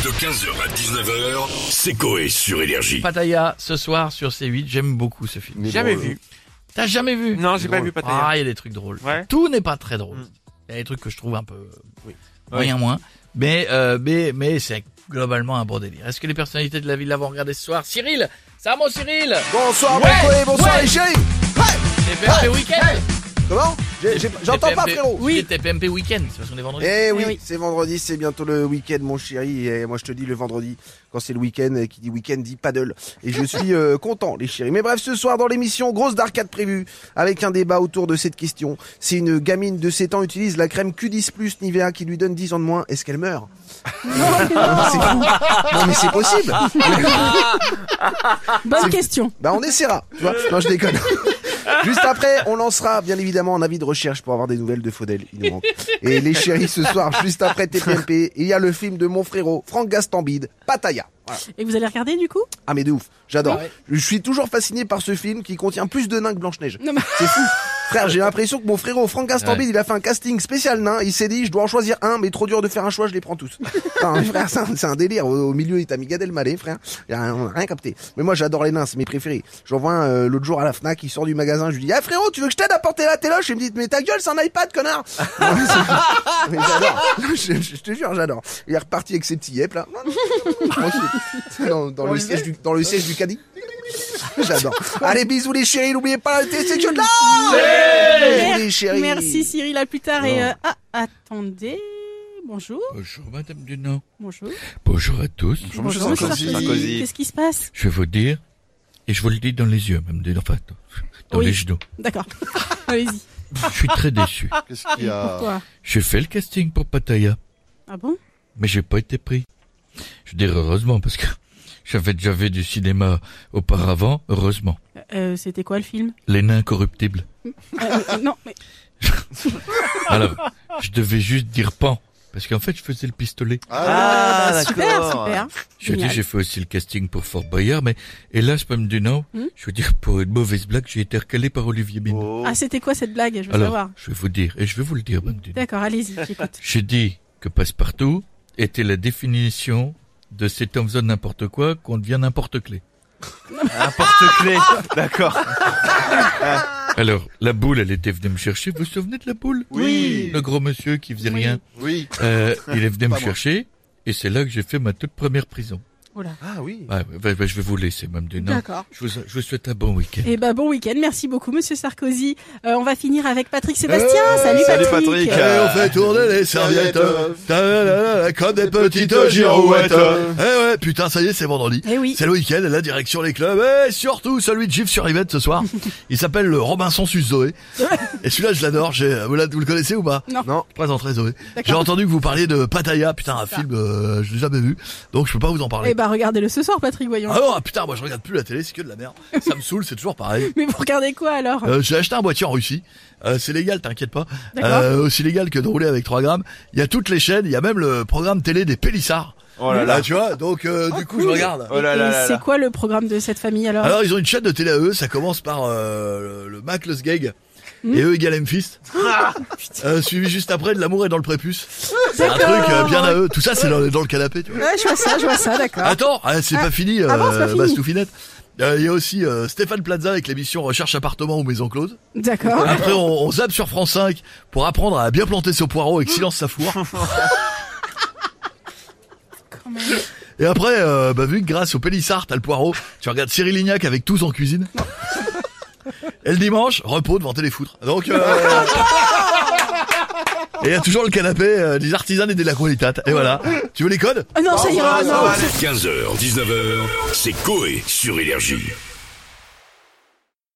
De 15h à 19h, c'est Coé sur Énergie. Pattaya, ce soir sur C8, j'aime beaucoup ce film. Jamais vu. T'as jamais vu? Non, j'ai pas vu Pattaya. Ah, il y a des trucs drôles. Ouais. Tout n'est pas très drôle. Il y a des trucs que je trouve un peu moyen Oui. moins. Mais c'est globalement un bon délire. Est-ce que les personnalités de la ville vont regarder ce soir? Cyril! Ça va mon Cyril? Bonsoir Ouais, mon Coé, bonsoir ouais. les chéris. TPMP Week-end? Comment J'entends pas TPMP frérot. Oui, TPMP Week-end, c'est parce qu'on est vendredi. Eh oui, oui. c'est vendredi, c'est bientôt le week-end mon chéri. Et moi je te dis le vendredi, quand c'est le week-end, qui dit week-end dit paddle. Et je suis content les chéris. Mais bref, ce soir dans l'émission, grosse d'arcade prévue, avec un débat autour de cette question. Si une gamine de 7 ans utilise la crème Q10 Plus Nivea qui lui donne 10 ans de moins, est-ce qu'elle meurt? C'est fou. Non mais c'est possible. Bonne question. Bah on essaiera, tu vois. Non je déconne. Juste après, on lancera bien évidemment un avis de recherche pour avoir des nouvelles de Faudel. Il nous manque. Et les chéris ce soir, juste après TPMP, il y a le film de mon frérot Franck Gastambide, Pattaya. Voilà. Et vous allez regarder du coup? Ah mais de ouf, j'adore. Ah ouais. Je suis toujours fasciné par ce film qui contient plus de nains que Blanche-Neige. Non, mais- C'est fou. Frère, j'ai l'impression que mon frérot Franck Gastambide, il a fait un casting spécial nain. Il s'est dit, je dois en choisir un, mais trop dur de faire un choix, je les prends tous. Non, mais frère, c'est un délire. Au milieu, il t'a mis Gad Elmaleh, frère. On a rien capté. Mais moi, j'adore les nains, c'est mes préférés. J'en vois un l'autre jour à la Fnac, il sort du magasin, je lui dis, ah frérot, tu veux que je t'aide à porter la téloche? Il me dit, mais ta gueule, c'est un iPad, connard. Non, mais j'adore. Je te jure, j'adore. Il est reparti avec ses petits yep, là. Tranquille. Dans le siège du caddie. J'adore. Allez, bisous les chéris, n'oubliez pas la télésection de là. Bisous les chéris. Merci Cyril, à plus tard. Et attendez. Bonjour. Bonjour Madame Dunant. Bonjour. Bonjour à tous. Bonjour, monsieur Sarkozy. Qu'est-ce qui se passe? Je vais vous dire, et je vous le dis dans les yeux, même enfin, dans Oui. les genoux. D'accord. Allez-y. Je suis très déçu. Qu'est-ce qu'il y a? Pourquoi? J'ai fait le casting pour Pattaya, Ah bon? mais j'ai pas été pris. Je veux dire heureusement, parce que j'avais déjà vu du cinéma auparavant, heureusement. C'était quoi le film? Les nains corruptibles. Non, mais Alors, je devais juste dire pan, parce qu'en fait, je faisais le pistolet. super, super. Je dis, Génial. j'ai fait aussi le casting pour Fort Boyard, mais hélas, Mme Dunant, je veux dire, pour une mauvaise blague, j'ai été recalé par Olivier Mine. Ah, c'était quoi cette blague? Je veux Alors, savoir. je vais vous dire, et je vais vous le dire, Mme Dunant. D'accord, allez-y, j'écoute. J'ai dit que Passepartout était la définition de cet homme faisant n'importe quoi qu'on devient n'importe clé. N'importe clé. D'accord. Alors, la boule, elle était venue me chercher. Vous vous souvenez de la boule? Oui. Le gros monsieur qui faisait rien. Oui. Il est venu me Pas moi. chercher. Et c'est là que j'ai fait ma toute première prison. Oh là. Ah oui. Ouais, je vais vous laisser, Mme Dunant. D'accord. Je vous souhaite un bon week-end. Eh ben, bon week-end. Merci beaucoup, monsieur Sarkozy. On va finir avec Patrick Sébastien. Salut Patrick. Patrick. on fait tourner les serviettes, comme des petites girouettes. Eh ouais, putain, ça y est, c'est vendredi. Eh oui. C'est le week-end, la direction les clubs, et surtout celui de Gif sur Yvette ce soir. Il s'appelle le Robinson sus Zoé. Et celui-là, je l'adore. Vous le connaissez ou pas? Non. Je présenterai Zoé. D'accord. J'ai entendu que vous parliez de Pattaya, putain, un film, je l'ai jamais vu. Donc je peux pas vous en parler. Eh ben, regardez-le ce soir, Patrick, voyons. Ah non, putain, moi je regarde plus la télé, c'est que de la merde. Ça me saule, c'est toujours pareil. Mais vous regardez quoi alors? J'ai acheté un boîtier en Russie. C'est légal, t'inquiète pas. D'accord. Aussi légal que de rouler avec 3 grammes. Il y a toutes les chaînes, il y a même le programme télé des Pélissards. Oh là là. Tu vois, donc du coup je regarde. Oh là Et là là c'est là. quoi le programme de cette famille alors? Alors ils ont une chaîne de télé à eux, ça commence par le Macless Gag et eux égale M-Fist. Suivi juste après de L'amour est dans le prépuce. C'est un truc bien à eux. Tout ça c'est dans le canapé, tu vois. Ouais, je vois ça, d'accord. Attends, c'est pas fini, ah bon, c'est pas fini. Bastoufinette. Il y a aussi Stéphane Plaza avec l'émission Recherche appartement ou maison close. D'accord. Après on zappe sur France 5 pour apprendre à bien planter ses poireaux avec Silence sa four. Quand même. Et après, vu que grâce au Pélissard, t'as le poireau, tu regardes Cyril Lignac avec Tous en cuisine. Et le dimanche, repos devant Téléfoutre. Donc, et il y a toujours le canapé des artisans et de la qualité. Et voilà. Tu veux les codes? Ah non, ça ira, non. 15h, 19h, c'est Coé sur Énergie.